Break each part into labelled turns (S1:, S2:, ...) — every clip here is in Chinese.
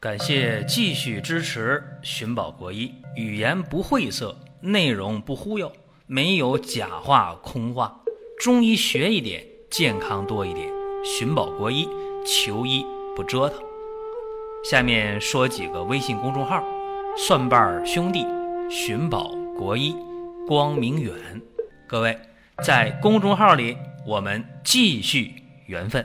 S1: 感谢继续支持寻宝国医，语言不晦涩，内容不忽悠，没有假话空话，中医学一点，健康多一点。寻宝国医，求医不折腾。下面说几个微信公众号：蒜瓣兄弟、寻宝国医、光明远。各位在公众号里，我们继续缘分。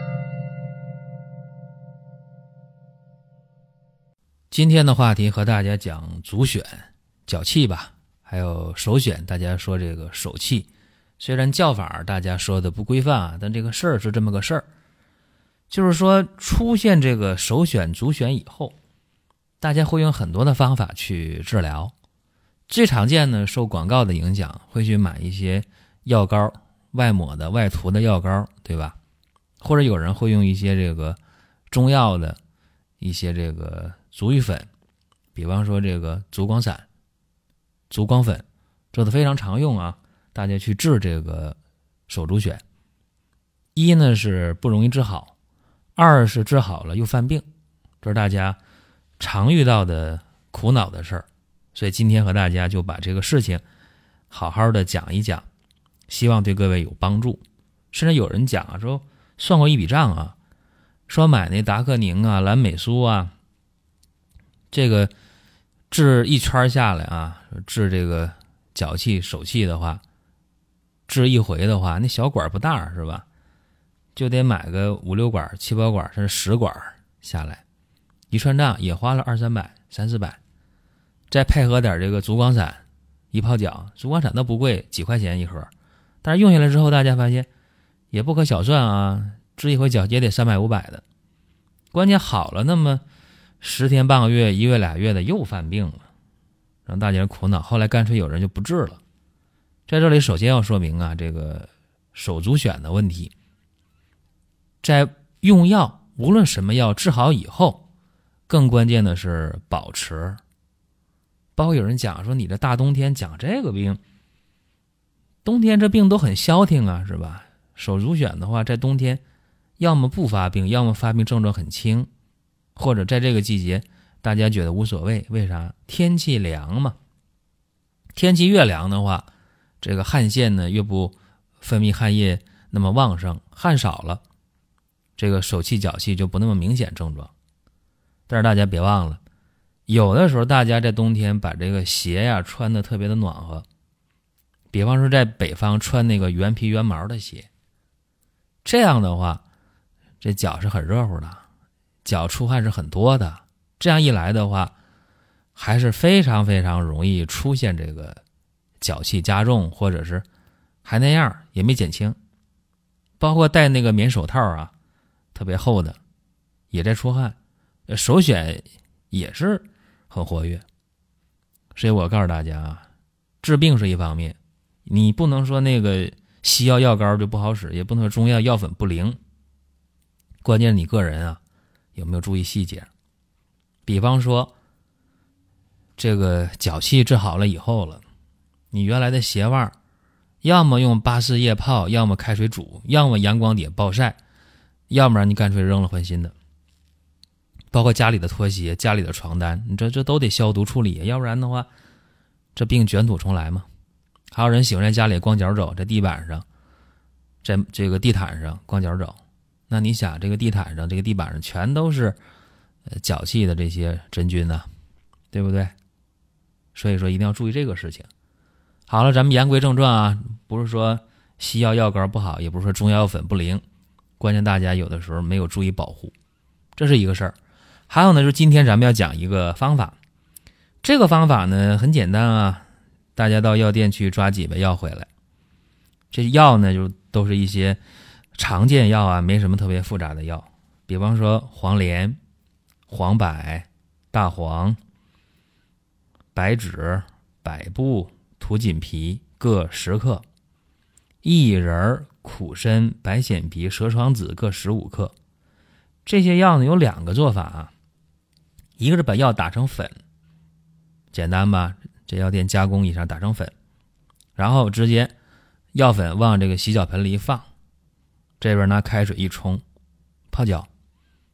S1: 今天的话题和大家讲足选、脚气吧，还有手选。大家说这个手气，虽然叫法大家说的不规范啊，但这个事儿是这么个事儿，就是说出现这个手选、足选以后，大家会用很多的方法去治疗。最常见呢，受广告的影响，会去买一些药膏，外抹的、外涂的药膏，对吧？或者有人会用一些这个中药的一些这个足浴粉，比方说这个足光散、足光粉，这都非常常用啊。大家去治这个手足癣，一呢是不容易治好，二是治好了又犯病，这是大家常遇到的苦恼的事儿。所以今天和大家就把这个事情好好的讲一讲，希望对各位有帮助。甚至有人讲啊，说算过一笔账啊，说买那达克宁啊、蓝美苏啊，这个治一圈下来啊，治这个脚气、手气的话，治一回的话，那小管不大是吧？就得买个5、6管、7、8管，甚至10管下来，一串账也花了2、300、3、400，再配合点这个足光散，一泡脚，足光散都不贵，几块钱一盒，但是用下来之后，大家发现也不可小算啊，治一回脚也得300、500的，关键好了那么10天半个月、1月2月的又犯病了，让大家苦恼。后来干脆有人就不治了。在这里首先要说明啊，这个手足癣的问题，在用药无论什么药治好以后，更关键的是保持。包括有人讲说，你这大冬天讲这个病，冬天这病都很消停啊，是吧？手足癣的话，在冬天要么不发病，要么发病症状很轻，或者在这个季节大家觉得无所谓。为啥？天气凉嘛，天气越凉的话，这个汗腺呢越不分泌汗液那么旺盛，汗少了，这个手气脚气就不那么明显症状。但是大家别忘了，有的时候大家在冬天把这个鞋呀穿得特别的暖和，比方说在北方穿那个原皮原毛的鞋，这样的话这脚是很热乎的，脚出汗是很多的，这样一来的话还是非常非常容易出现这个脚气加重，或者是还那样也没减轻。包括戴那个棉手套啊，特别厚的也在出汗，手癣也是很活跃。所以我告诉大家啊，治病是一方面，你不能说那个西药药膏就不好使，也不能说中药药粉不灵，关键你个人啊有没有注意细节。比方说这个脚气治好了以后了，你原来的鞋袜要么用巴氏液泡，要么开水煮，要么阳光底下暴晒，要不然你干脆扔了换新的。包括家里的拖鞋、家里的床单，你这都得消毒处理，要不然的话这病卷土重来嘛。还有人喜欢在家里光脚走，在地板上，在这个地毯上光脚走，那你想这个地毯上、这个地板上全都是脚气的这些真菌啊，对不对？所以说一定要注意这个事情。好了，咱们言归正传啊，不是说西药药膏不好，也不是说中药药粉不灵，关键大家有的时候没有注意保护，这是一个事儿。还有呢，就是今天咱们要讲一个方法，这个方法呢很简单啊，大家到药店去抓几味药回来，这药呢就都是一些常见药啊，没什么特别复杂的药，比方说黄连、黄柏、大黄、白芷、百部、土锦皮各10克，薏仁、苦参、白藓皮、蛇床子各15克。这些药呢有2个做法啊，一个是把药打成粉，简单吧，这药店加工一下打成粉，然后直接药粉往这个洗脚盆里一放，这边拿开水一冲，泡脚，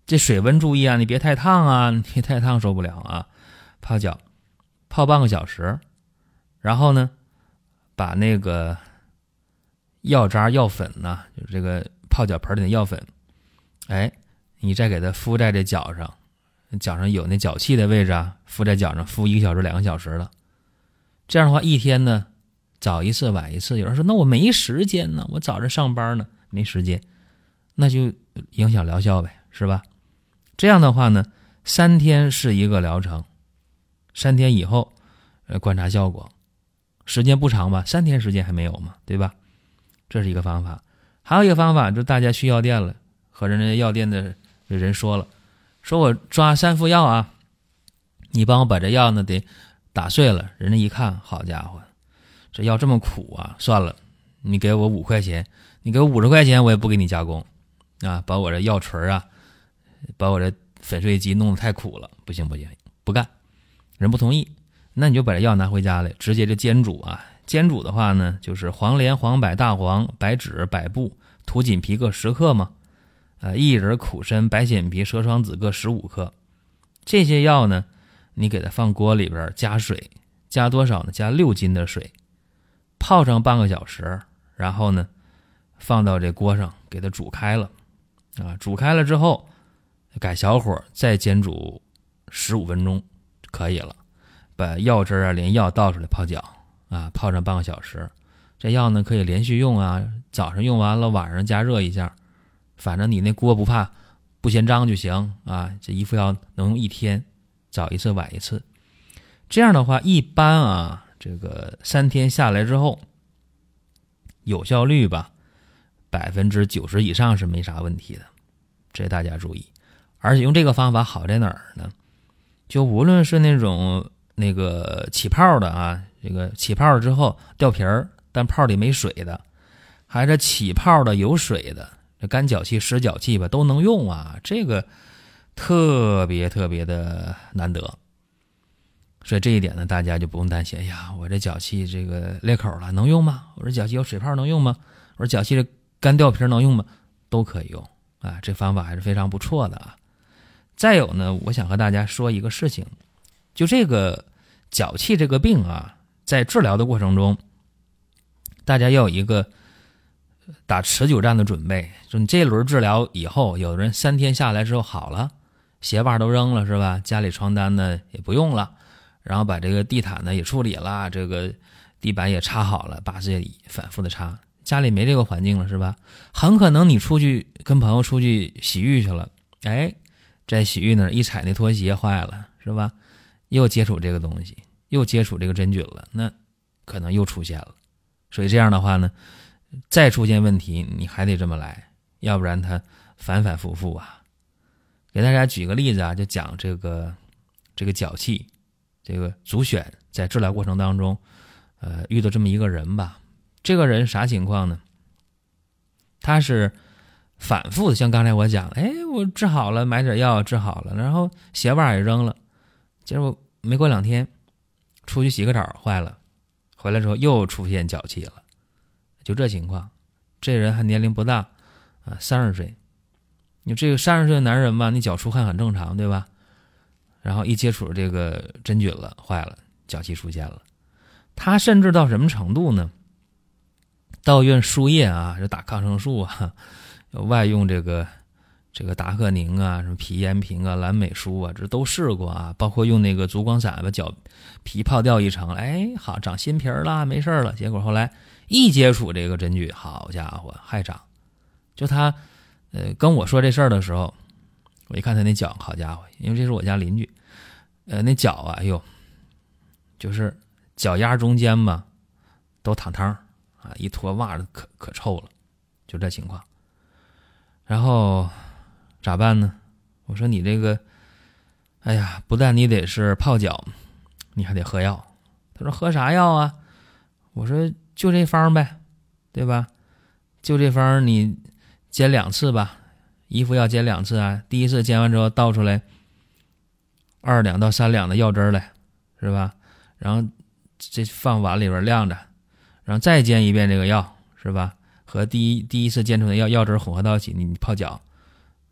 S1: 这水温注意啊，你别太烫啊，你太烫受不了啊。泡脚泡半个小时，然后呢把那个药渣药粉呢，就是这个泡脚盆里的药粉，你再给它敷在这脚上，脚上有那脚气的位置啊，敷在脚上敷1个小时2个小时了。这样的话一天呢早一次晚一次。有人说那我没时间呢，我早上上班呢没时间，那就影响疗效呗，是吧？这样的话呢3天是一个疗程，3天以后观察效果，时间不长吧，3天时间还没有嘛，对吧？这是一个方法。还有一个方法，就大家去药店了，和人家药店的人说了，说我抓3副药啊，你帮我把这药呢得打碎了。人家一看，好家伙，这药这么苦啊，算了，你给我5块钱，你给我50块钱我也不给你加工啊，把我这药锤啊，把我这粉碎机弄得太苦了，不行，不干。人不同意，那你就把这药拿回家来，直接就煎煮啊。煎煮的话呢，就是黄连、黄柏、大黄、白芷、百部、土锦皮各10克嘛，薏仁、苦参、白藓皮、蛇床子各15克。这些药呢，你给它放锅里边加水，加多少呢？加6斤的水，泡上半个小时，然后呢放到这锅上给它煮开了啊。煮开了之后改小火再煎煮15分钟可以了。把药汁啊连药倒出来泡脚啊，泡上半个小时。这药呢可以连续用啊，早上用完了晚上加热一下，反正你那锅不怕不嫌脏就行啊。这1副药能用1天，早一次晚一次。这样的话一般啊，这个3天下来之后有效率吧90%以上是没啥问题的，这大家注意。而且用这个方法好在哪儿呢？就无论是那个起泡的啊，这个起泡之后掉皮儿但泡里没水的，还是起泡的有水的，这干脚气湿脚气吧都能用啊，这个特别的难得。所以这一点呢大家就不用担心，哎呀我这脚气这个裂口了能用吗？我这脚气有水泡能用吗？我这脚气这干掉皮能用吗？都可以用啊，这方法还是非常不错的啊。再有呢，我想和大家说一个事情，就这个脚气这个病啊，在治疗的过程中，大家要有一个打持久战的准备。就你这轮治疗以后，有的人3天下来之后好了，鞋袜都扔了是吧？家里床单呢也不用了，然后把这个地毯呢也处理了，这个地板也擦好了，8次里反复的擦，家里没这个环境了是吧？很可能你出去跟朋友出去洗浴去了，在洗浴那儿一踩那拖鞋坏了是吧？又接触这个东西，又接触这个真菌了，那可能又出现了。所以这样的话呢，再出现问题你还得这么来，要不然它反复啊。给大家举个例子啊，就讲这个脚气这个足癣在治疗过程当中遇到这么一个人吧。这个人啥情况呢？他是反复的，像刚才我讲，我治好了，买点药治好了，然后鞋袜也扔了，结果没过2天出去洗个澡坏了，回来之后又出现脚气了。就这情况，这人还年龄不大啊，30岁。你这个30岁的男人吧，你脚出汗很正常对吧？然后一接触这个真菌了坏了，脚气出现了。他甚至到什么程度呢？到医院输液啊，就打抗生素啊，外用这个达克宁啊，什么皮炎平啊、蓝美舒啊，这都试过啊。包括用那个足光散把脚皮泡掉一层，好长新皮了，没事了。结果后来一接触这个真菌，好家伙还长。就他跟我说这事儿的时候，我一看他那脚，好家伙，因为这是我家邻居，那脚啊，就是脚丫中间嘛都淌汤啊，一脱袜子可臭了，就这情况。然后咋办呢？我说你这个，不但你得是泡脚，你还得喝药。他说喝啥药啊？我说就这方呗，对吧？就这方你煎2次吧，1副药煎2次啊。第一次煎完之后倒出来2两到3两的药汁来，是吧？然后这放碗里边晾着，然后再煎一遍这个药，是吧？和第一次煎出的药汁混合到一起，你泡脚，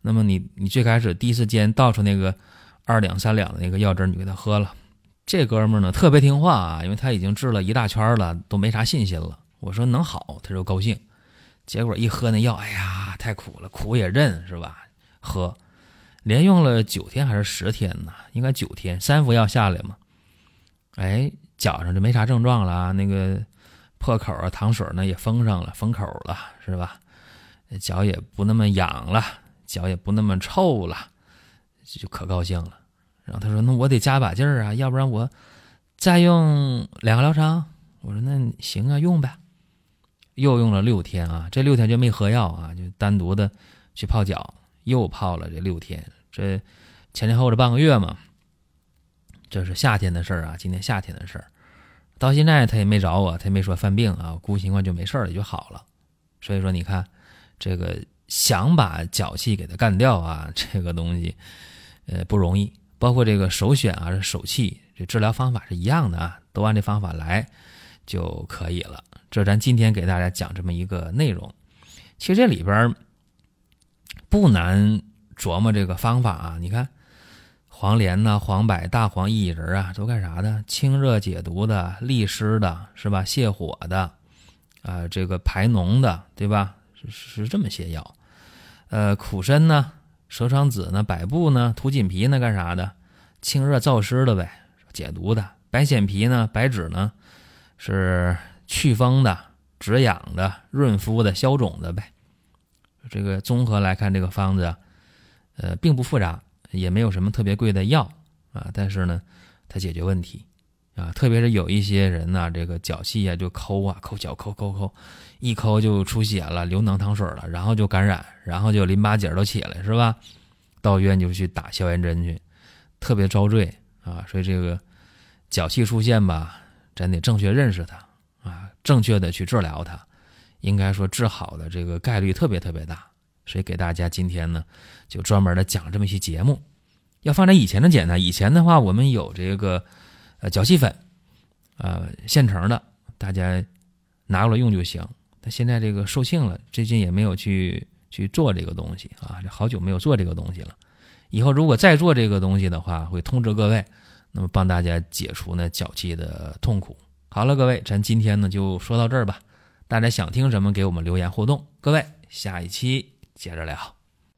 S1: 那么你最开始第一时间倒出那个2两3两的那个药汁，你给他喝了。这哥们儿呢特别听话啊，因为他已经治了一大圈了，都没啥信心了。我说能好，他就高兴。结果一喝那药，哎呀，太苦了，苦也认是吧？喝，连用了9天还是10天呢？应该9天，3副药下来嘛。哎，脚上就没啥症状了，那个破口啊，糖水呢也封上了，封口了是吧？脚也不那么痒了，脚也不那么臭了，就可高兴了。然后他说：“那我得加把劲儿啊，要不然我再用2个疗程。”我说：“那行啊，用呗。”又用了6天啊，这6天就没喝药啊，就单独的去泡脚，又泡了这6天，这前后这半个月嘛。这是夏天的事儿啊，今年夏天的事儿，到现在他也没找我，他也没说犯病啊，估计情况就没事了，就好了。所以说你看，这个想把脚气给它干掉啊，这个东西不容易。包括这个首选啊，手气，这治疗方法是一样的啊，都按这方法来就可以了。这咱今天给大家讲这么一个内容，其实这里边不难琢磨这个方法啊。你看黄连呐、黄柏、大黄、薏仁啊，都干啥的？清热解毒的、利湿的，是吧？泻火的，这个排脓的，对吧？是这么些药。苦参呢、蛇肠子呢、百部呢、土锦皮呢，干啥的？清热燥湿的呗，解毒的。白藓皮呢、白芷呢，是祛风的、止痒的、润肤的、消肿的呗。这个综合来看，这个方子并不复杂，也没有什么特别贵的药啊，但是呢，它解决问题啊，特别是有一些人呢，这个脚气啊就抠脚抠，一抠就出血了，流脓糖水了，然后就感染，然后就淋巴结都起来，是吧？到医院就去打消炎针去，特别遭罪啊。所以这个脚气出现吧，咱得正确认识它啊，正确的去治疗它，应该说治好的这个概率特别特别大。所以给大家今天呢，就专门的讲这么一期节目。要放在以前的简单，以前的话我们有这个脚气粉，现成的，大家拿过来用就行。但现在这个售罄了，最近也没有去做这个东西啊，这好久没有做这个东西了。以后如果再做这个东西的话，会通知各位，那么帮大家解除呢脚气的痛苦。好了，各位，咱今天呢就说到这儿吧。大家想听什么，给我们留言互动。各位，下一期接着聊。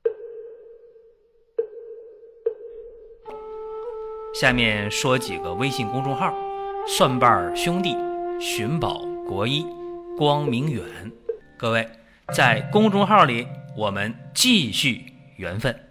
S1: 下面说几个微信公众号：蒜瓣兄弟、寻宝国医、光明远。各位在公众号里，我们继续缘分。